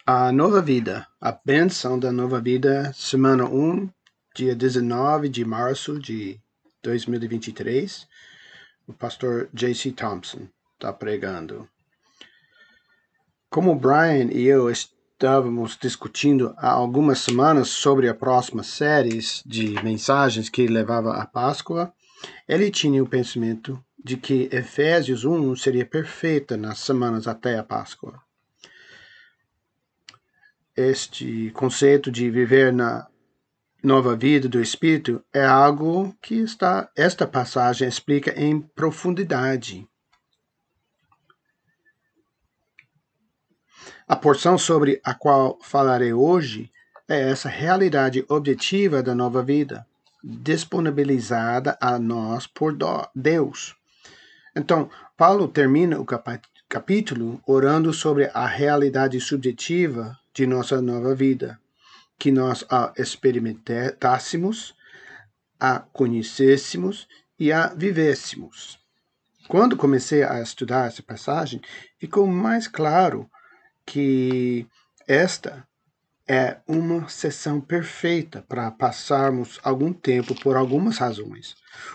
A Nova Vida, a Bênção da Nova Vida, semana 1, dia 19 de março de 2023, o pastor J.C. Thompson está pregando. Como Brian e eu estávamos discutindo há algumas semanas sobre a próxima série de mensagens que levava à Páscoa, ele tinha o pensamento de que Efésios 1 seria perfeita nas semanas até a Páscoa. Este conceito de viver na nova vida do Espírito é algo que esta passagem explica em profundidade. A porção sobre a qual falarei hoje é essa realidade objetiva da nova vida, disponibilizada a nós por Deus. Então, Paulo termina o capítulo orando sobre a realidade subjetiva de nossa nova vida, que nós a experimentássemos, a conhecêssemos e a vivêssemos. Quando comecei a estudar essa passagem, ficou mais claro que esta é uma sessão perfeita para passarmos algum tempo por algumas razões.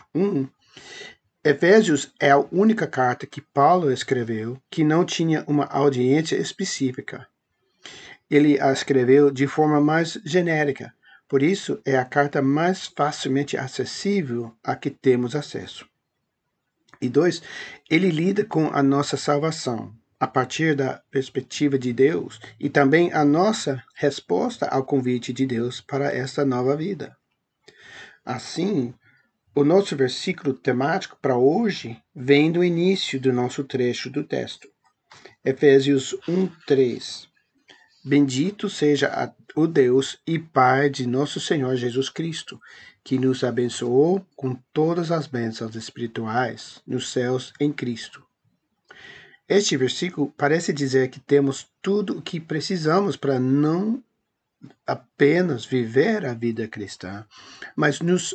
Efésios é a única carta que Paulo escreveu que não tinha uma audiência específica. Ele a escreveu de forma mais genérica, por isso é a carta mais facilmente acessível a que temos acesso. E 2, ele lida com a nossa salvação, a partir da perspectiva de Deus, e também a nossa resposta ao convite de Deus para esta nova vida. Assim, o nosso versículo temático para hoje vem do início do nosso trecho do texto. Efésios 1:3. Bendito seja o Deus e Pai de nosso Senhor Jesus Cristo, que nos abençoou com todas as bênçãos espirituais nos céus em Cristo. Este versículo parece dizer que temos tudo o que precisamos para não apenas viver a vida cristã, mas nos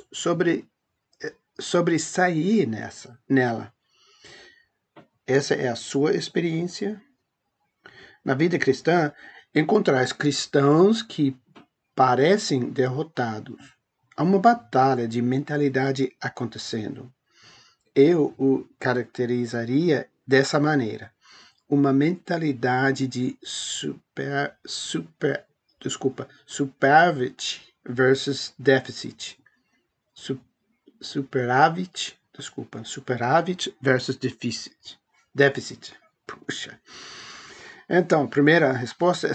sobressair nela. Essa é a sua experiência? Na vida cristã, encontrais cristãos que parecem derrotados. Há uma batalha de mentalidade acontecendo. Eu o caracterizaria dessa maneira. Uma mentalidade de superávit versus déficit. Superávit versus déficit. Puxa. Então, a primeira resposta é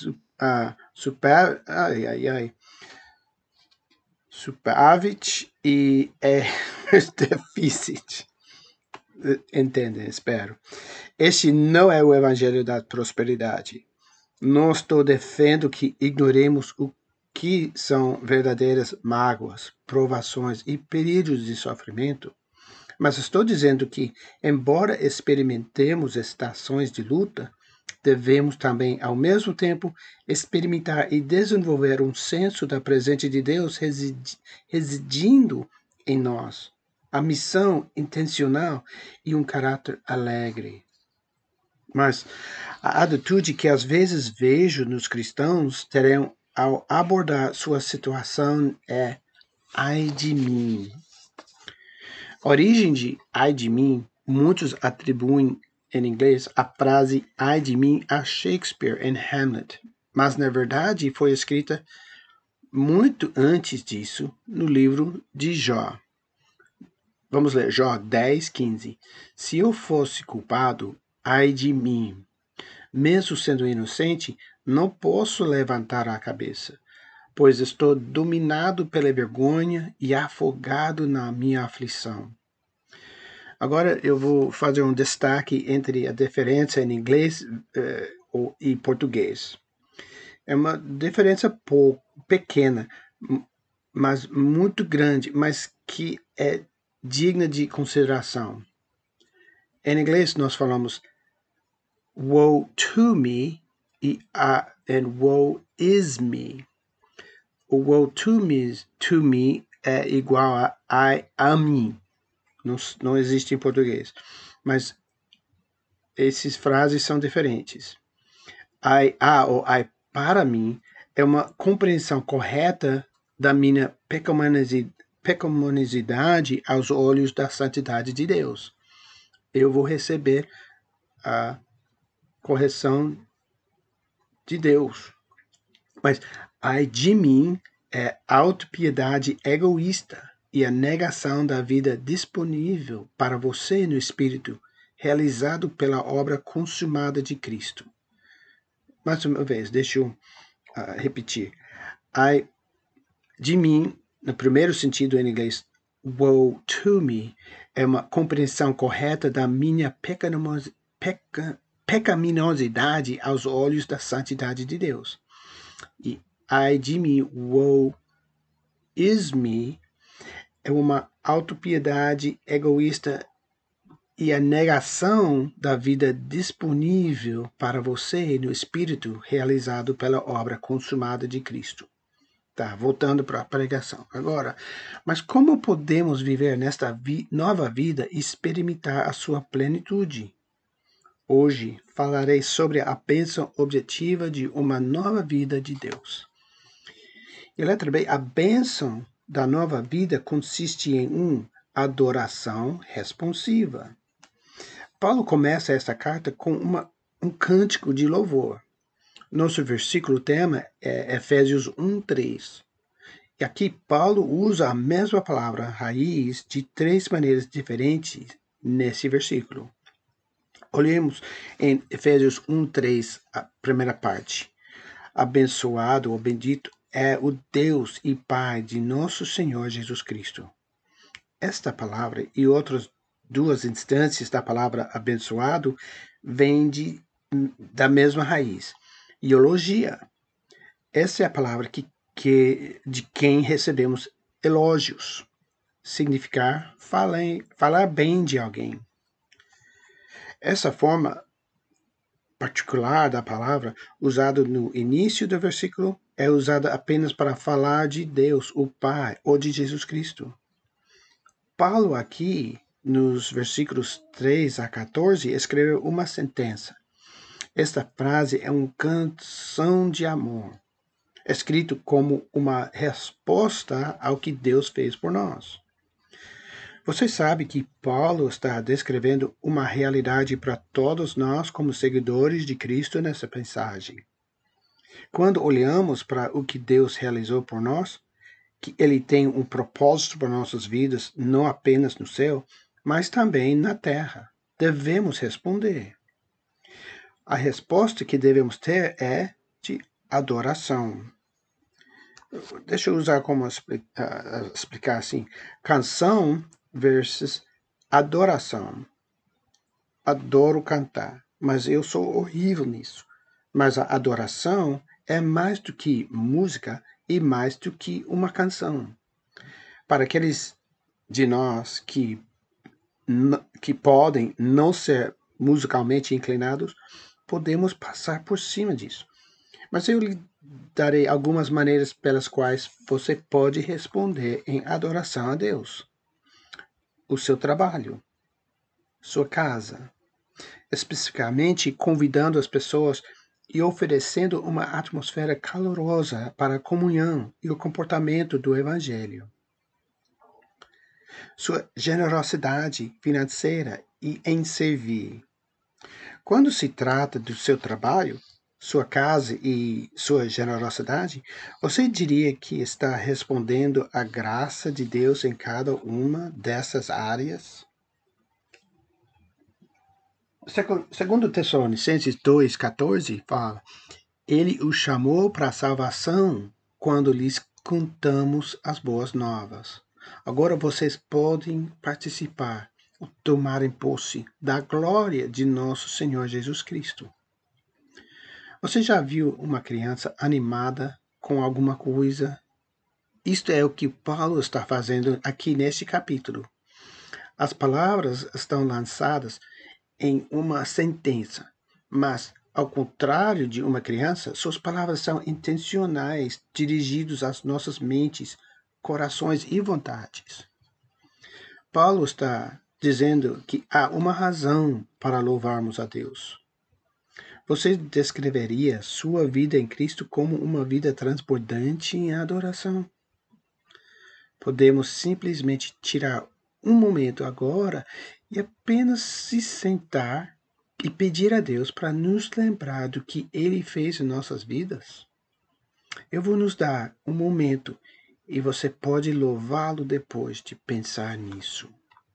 superávit e déficit. Entendem, espero. Este não é o evangelho da prosperidade. Não estou defendendo que ignoremos o que são verdadeiras mágoas, provações e períodos de sofrimento, mas estou dizendo que, embora experimentemos estações de luta, devemos também, ao mesmo tempo, experimentar e desenvolver um senso da presença de Deus residindo em nós, a missão intencional e um caráter alegre. Mas a atitude que às vezes vejo nos cristãos terão ao abordar sua situação é ai de mim. A origem de ai de mim, muitos atribuem em inglês a frase ai de mim a Shakespeare em Hamlet, mas na verdade foi escrita muito antes disso no livro de Jó. Vamos ler Jó 10:15. Se eu fosse culpado, ai de mim. Mesmo sendo inocente, não posso levantar a cabeça, pois estou dominado pela vergonha e afogado na minha aflição. Agora eu vou fazer um destaque entre a diferença em inglês e português. É uma diferença pequena, mas muito grande, mas que é digna de consideração. Em inglês nós falamos woe to me e woe is me. O woe to me é igual a mim. Não existe em português. Mas essas frases são diferentes. ai para mim é uma compreensão correta da minha pecaminosidade aos olhos da santidade de Deus. Eu vou receber a correção de Deus. Mas ai de mim é autopiedade egoísta e a negação da vida disponível para você no Espírito, realizado pela obra consumada de Cristo. Mais uma vez, deixa eu repetir. Ai de mim, no primeiro sentido em inglês, woe to me, é uma compreensão correta da minha pecaminosidade aos olhos da santidade de Deus. E ai de mim, woe is me, é uma autopiedade egoísta e a negação da vida disponível para você no Espírito realizado pela obra consumada de Cristo. Tá, voltando para a pregação. Agora, mas como podemos viver nesta nova vida e experimentar a sua plenitude? Hoje falarei sobre a bênção objetiva de uma nova vida de Deus. E letra B, a bênção da nova vida consiste em adoração responsiva. Paulo começa esta carta com um cântico de louvor. Nosso versículo tema é Efésios 1:3. E aqui Paulo usa a mesma palavra raiz de 3 maneiras diferentes nesse versículo. Olhemos em Efésios 1:3, a primeira parte. Abençoado ou bendito é o Deus e Pai de nosso Senhor Jesus Cristo. Esta palavra e outras 2 instâncias da palavra abençoado vêm da mesma raiz. Elogia. Essa é a palavra de quem recebemos elogios. Significar falar bem de alguém. Essa forma particular da palavra, usada no início do versículo, é usada apenas para falar de Deus, o Pai, ou de Jesus Cristo. Paulo aqui, nos versículos 3 a 14, escreveu uma sentença. Esta frase é uma canção de amor, escrito como uma resposta ao que Deus fez por nós. Você sabe que Paulo está descrevendo uma realidade para todos nós como seguidores de Cristo nessa mensagem. Quando olhamos para o que Deus realizou por nós, que Ele tem um propósito para nossas vidas, não apenas no céu, mas também na terra, devemos responder. A resposta que devemos ter é de adoração. Deixa eu usar como explicar assim. Canção versus adoração. Adoro cantar, mas eu sou horrível nisso. Mas a adoração é mais do que música e mais do que uma canção. Para aqueles de nós que podem não ser musicalmente inclinados, podemos passar por cima disso. Mas eu lhe darei algumas maneiras pelas quais você pode responder em adoração a Deus. O seu trabalho, sua casa, especificamente convidando as pessoas e oferecendo uma atmosfera calorosa para a comunhão e o comportamento do Evangelho. Sua generosidade financeira e em servir. Quando se trata do seu trabalho, sua casa e sua generosidade, você diria que está respondendo à graça de Deus em cada uma dessas áreas? Segundo Tessalonicenses 2:14 fala, Ele os chamou para a salvação quando lhes contamos as boas novas. Agora vocês podem participar, tomarem posse da glória de nosso Senhor Jesus Cristo. Você já viu uma criança animada com alguma coisa? Isto é o que Paulo está fazendo aqui neste capítulo. As palavras estão lançadas em uma sentença, mas, ao contrário de uma criança, suas palavras são intencionais, dirigidas às nossas mentes, corações e vontades. Paulo está dizendo que há uma razão para louvarmos a Deus. Você descreveria sua vida em Cristo como uma vida transbordante em adoração? Podemos simplesmente tirar um momento agora e apenas se sentar e pedir a Deus para nos lembrar do que Ele fez em nossas vidas? Eu vou nos dar um momento e você pode louvá-lo depois de pensar nisso.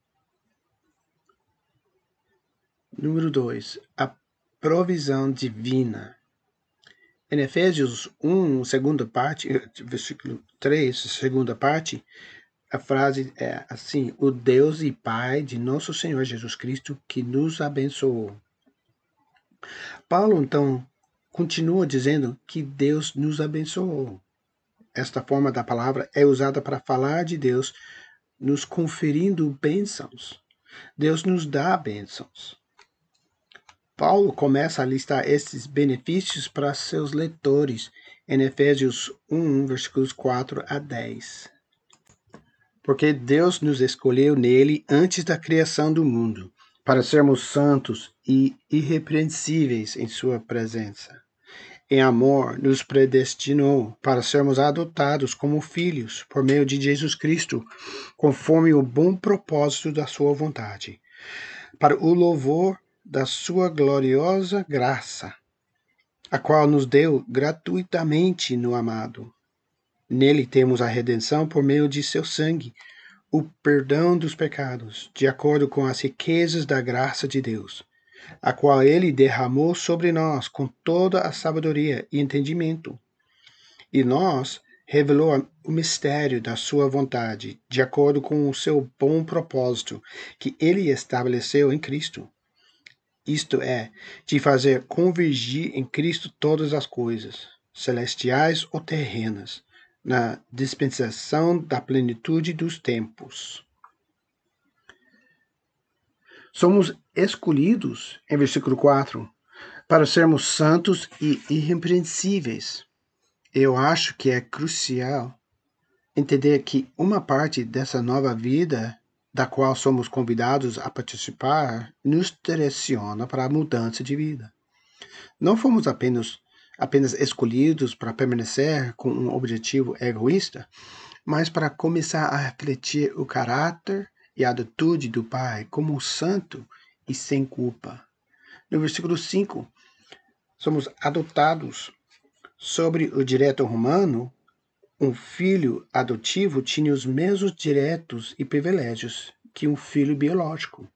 Número 2. A provisão divina. Em Efésios 1, segunda parte, versículo 3, segunda parte, a frase é assim: o Deus e Pai de nosso Senhor Jesus Cristo, que nos abençoou. Paulo, então, continua dizendo que Deus nos abençoou. Esta forma da palavra é usada para falar de Deus nos conferindo bênçãos. Deus nos dá bênçãos. Paulo começa a listar esses benefícios para seus leitores em Efésios 1, versículos 4 a 10. Porque Deus nos escolheu nele antes da criação do mundo, para sermos santos e irrepreensíveis em sua presença. Em amor, nos predestinou para sermos adotados como filhos por meio de Jesus Cristo, conforme o bom propósito da sua vontade, para o louvor da sua gloriosa graça, a qual nos deu gratuitamente no amado. Nele temos a redenção por meio de seu sangue, o perdão dos pecados, de acordo com as riquezas da graça de Deus, a qual ele derramou sobre nós com toda a sabedoria e entendimento. E nós revelou o mistério da sua vontade, de acordo com o seu bom propósito, que ele estabeleceu em Cristo. Isto é, de fazer convergir em Cristo todas as coisas, celestiais ou terrenas, na dispensação da plenitude dos tempos. Somos escolhidos, em versículo 4, para sermos santos e irrepreensíveis. Eu acho que é crucial entender que uma parte dessa nova vida da qual somos convidados a participar, nos direciona para a mudança de vida. Não fomos apenas escolhidos para permanecer com um objetivo egoísta, mas para começar a refletir o caráter e a atitude do Pai como santo e sem culpa. No versículo 5, somos adotados. Sobre o direito romano, um filho adotivo tinha os mesmos direitos e privilégios que um filho biológico.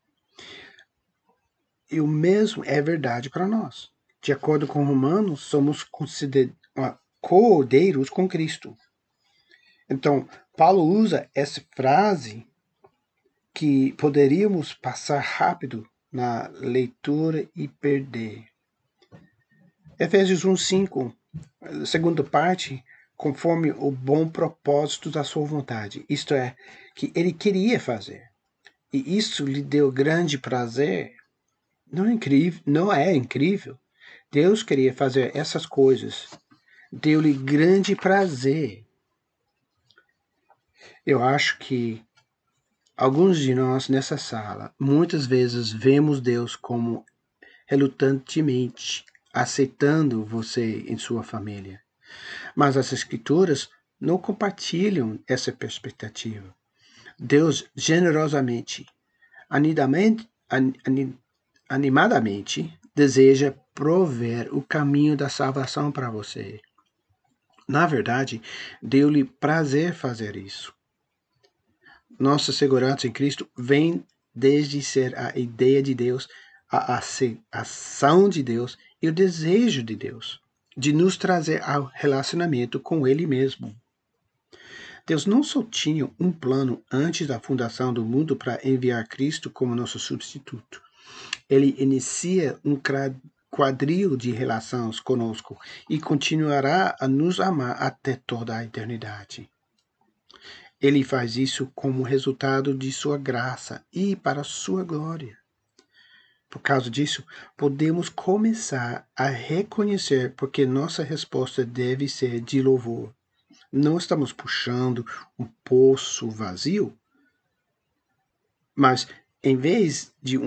E o mesmo é verdade para nós. De acordo com Romanos, somos co-herdeiros com Cristo. Então, Paulo usa essa frase que poderíamos passar rápido na leitura e perder. Efésios 1:5, segunda parte, conforme o bom propósito da sua vontade. Isto é, que ele queria fazer. E isso lhe deu grande prazer. Não é incrível? Deus queria fazer essas coisas. Deu-lhe grande prazer. Eu acho que alguns de nós nessa sala, muitas vezes vemos Deus como relutantemente aceitando você em sua família. Mas as Escrituras não compartilham essa perspectiva. Deus generosamente, animadamente, deseja prover o caminho da salvação para você. Na verdade, deu-lhe prazer fazer isso. Nossa segurança em Cristo vem desde ser a ideia de Deus, a ação de Deus e o desejo de Deus de nos trazer ao relacionamento com Ele mesmo. Deus não só tinha um plano antes da fundação do mundo para enviar Cristo como nosso substituto. Ele inicia um quadril de relações conosco e continuará a nos amar até toda a eternidade. Ele faz isso como resultado de sua graça e para sua glória. Por causa disso, podemos começar a reconhecer porque nossa resposta deve ser de louvor. Não estamos puxando um poço vazio, mas em vez de um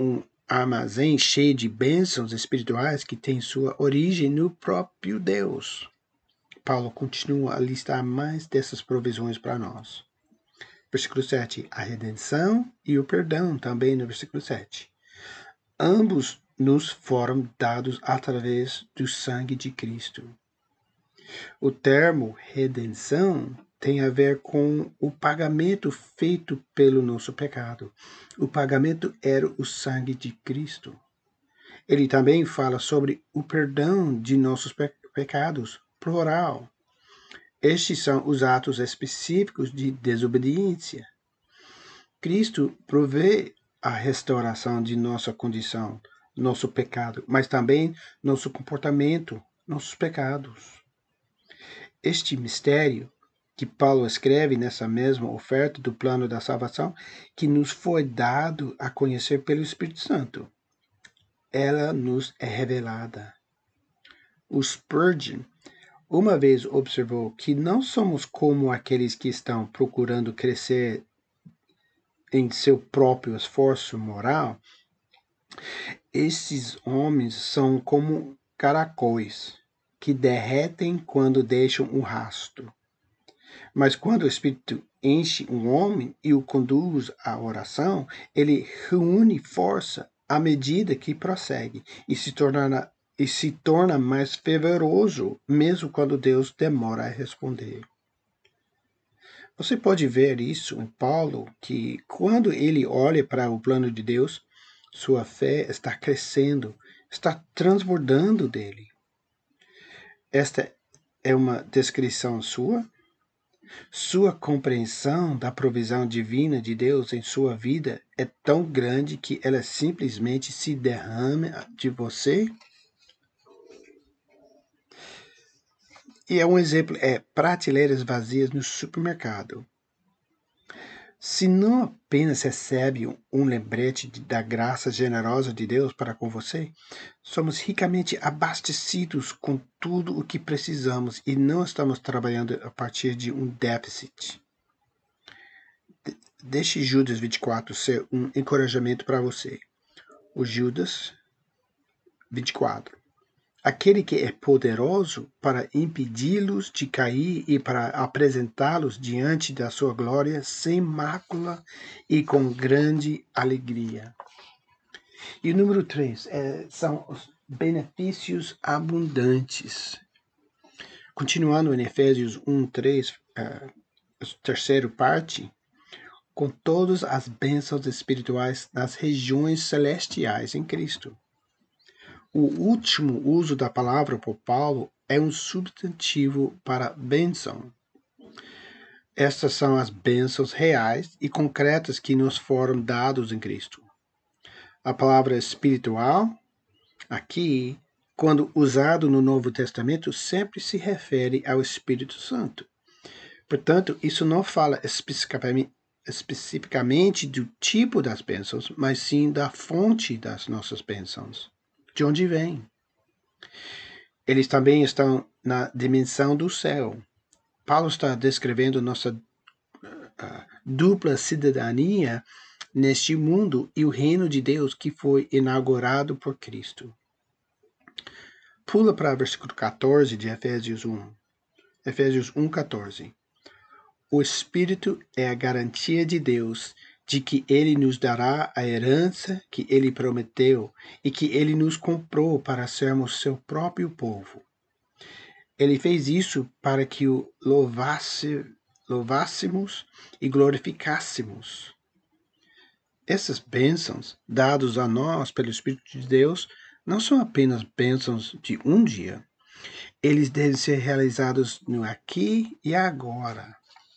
armazém cheio de bênçãos espirituais que tem sua origem no próprio Deus. Paulo continua a listar mais dessas provisões para nós. Versículo 7, a redenção e o perdão, também no versículo 7. Ambos nos foram dados através do sangue de Cristo. O termo redenção tem a ver com o pagamento feito pelo nosso pecado. O pagamento era o sangue de Cristo. Ele também fala sobre o perdão de nossos pecados, plural. Estes são os atos específicos de desobediência. Cristo provê a restauração de nossa condição, nosso pecado, mas também nosso comportamento, nossos pecados. Este mistério que Paulo escreve nessa mesma oferta do plano da salvação, que nos foi dado a conhecer pelo Espírito Santo. Ela nos é revelada. O Spurgeon uma vez observou que não somos como aqueles que estão procurando crescer em seu próprio esforço moral. Esses homens são como caracóis que derretem quando deixam um rastro. Mas quando o Espírito enche um homem e o conduz à oração, ele reúne força à medida que prossegue e se torna mais fervoroso, mesmo quando Deus demora a responder. Você pode ver isso em Paulo, que quando ele olha para o plano de Deus, sua fé está crescendo, está transbordando dele. Esta é uma descrição sua? Sua compreensão da provisão divina de Deus em sua vida é tão grande que ela simplesmente se derrama de você? E um exemplo é prateleiras vazias no supermercado. Se não apenas recebe um lembrete da graça generosa de Deus para com você, somos ricamente abastecidos com tudo o que precisamos e não estamos trabalhando a partir de um déficit. Deixe Judas 24 ser um encorajamento para você. O Judas 24. Aquele que é poderoso para impedi-los de cair e para apresentá-los diante da sua glória sem mácula e com grande alegria. E o número 3 são os benefícios abundantes. Continuando em Efésios 1:3, a terceira parte, com todas as bênçãos espirituais nas regiões celestiais em Cristo. O último uso da palavra por Paulo é um substantivo para bênção. Estas são as bênçãos reais e concretas que nos foram dados em Cristo. A palavra espiritual, aqui, quando usado no Novo Testamento, sempre se refere ao Espírito Santo. Portanto, isso não fala especificamente do tipo das bênçãos, mas sim da fonte das nossas bênçãos. De onde vem? Eles também estão na dimensão do céu. Paulo está descrevendo nossa dupla cidadania neste mundo e o reino de Deus que foi inaugurado por Cristo. Pula para o versículo 14 de Efésios 1. Efésios 1:14. O Espírito é a garantia de Deus de que Ele nos dará a herança que Ele prometeu e que Ele nos comprou para sermos seu próprio povo. Ele fez isso para que o louvássemos e glorificássemos. Essas bênçãos, dadas a nós pelo Espírito de Deus, não são apenas bênçãos de um dia. Eles devem ser realizados no aqui e agora.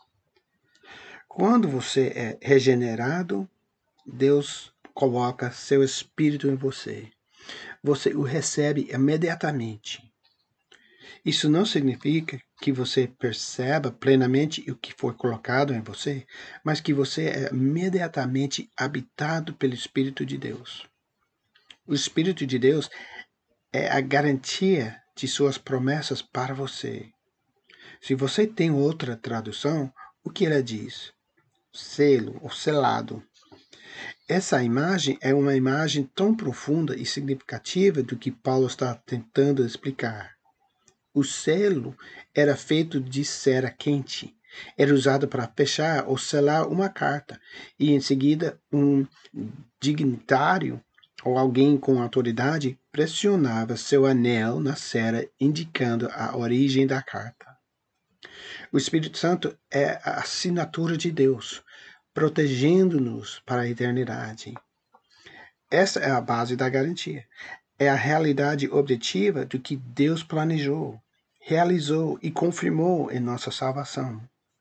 Quando você é regenerado, Deus coloca seu Espírito em você. Você o recebe imediatamente. Isso não significa que você perceba plenamente o que foi colocado em você, mas que você é imediatamente habitado pelo Espírito de Deus. O Espírito de Deus é a garantia de suas promessas para você. Se você tem outra tradução, o que ela diz? Selo ou selado. Essa imagem é uma imagem tão profunda e significativa do que Paulo está tentando explicar. O selo era feito de cera quente. Era usado para fechar ou selar uma carta. E em seguida, um dignitário ou alguém com autoridade pressionava seu anel na cera, indicando a origem da carta. O Espírito Santo é a assinatura de Deus, protegendo-nos para a eternidade. Essa é a base da garantia. É a realidade objetiva do que Deus planejou, realizou e confirmou em nossa salvação.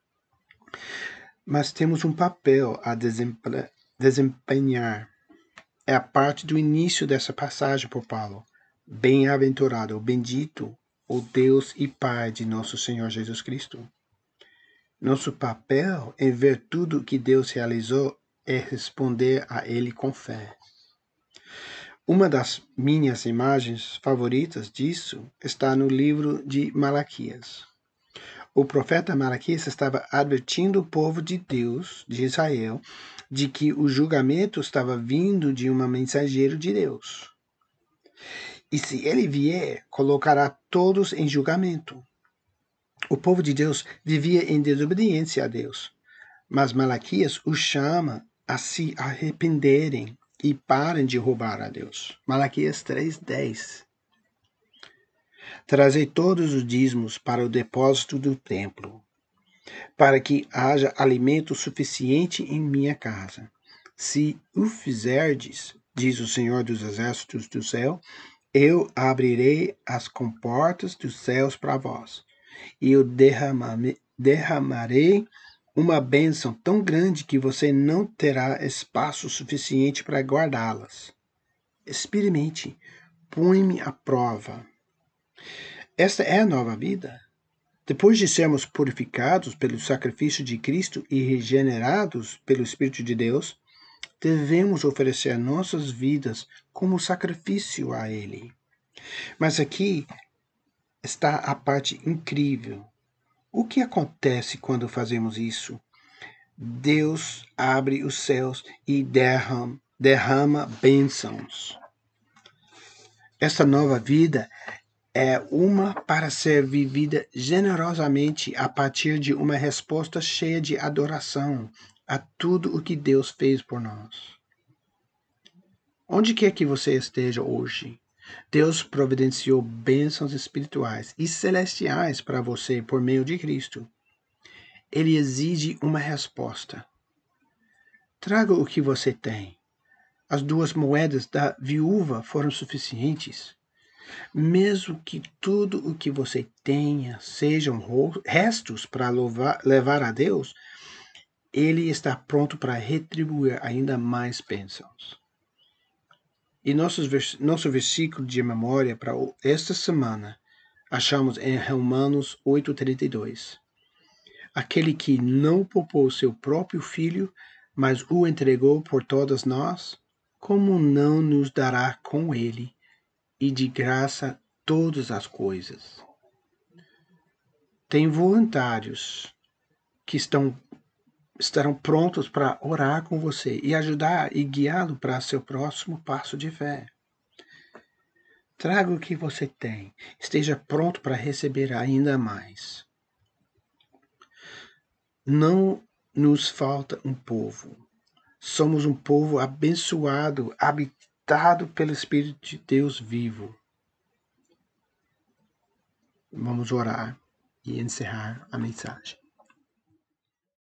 Mas temos um papel a desempenhar. É a parte do início dessa passagem por Paulo. Bem-aventurado, bendito, o Deus e Pai de nosso Senhor Jesus Cristo. Nosso papel em ver tudo que Deus realizou é responder a Ele com fé. Uma das minhas imagens favoritas disso está no livro de Malaquias. O profeta Malaquias estava advertindo o povo de Deus, de Israel, de que o julgamento estava vindo de um mensageiro de Deus. E se ele vier, colocará todos em julgamento. O povo de Deus vivia em desobediência a Deus, mas Malaquias os chama a se arrependerem e parem de roubar a Deus. Malaquias 3:10. Trazei todos os dízimos para o depósito do templo, para que haja alimento suficiente em minha casa. Se o fizerdes, diz o Senhor dos Exércitos do céu, eu abrirei as comportas dos céus para vós, e eu derramarei uma bênção tão grande que você não terá espaço suficiente para guardá-las. Experimente, põe-me à prova. Esta é a nova vida. Depois de sermos purificados pelo sacrifício de Cristo e regenerados pelo Espírito de Deus, devemos oferecer nossas vidas como sacrifício a Ele. Mas aqui está a parte incrível. O que acontece quando fazemos isso? Deus abre os céus e derrama bênçãos. Esta nova vida é uma para ser vivida generosamente a partir de uma resposta cheia de adoração a tudo o que Deus fez por nós. Onde quer que você esteja hoje, Deus providenciou bênçãos espirituais e celestiais para você por meio de Cristo. Ele exige uma resposta. Traga o que você tem. As 2 moedas da viúva foram suficientes. Mesmo que tudo o que você tenha sejam restos para levar a Deus, Ele está pronto para retribuir ainda mais bênçãos. E nosso versículo de memória para esta semana achamos em Romanos 8:32. Aquele que não poupou seu próprio filho, mas o entregou por todas nós, como não nos dará com ele e de graça todas as coisas? Tem voluntários que estarão prontos para orar com você e ajudar e guiá-lo para seu próximo passo de fé. Traga o que você tem. Esteja pronto para receber ainda mais. Não nos falta um povo. Somos um povo abençoado, habitado pelo Espírito de Deus vivo. Vamos orar e encerrar a mensagem.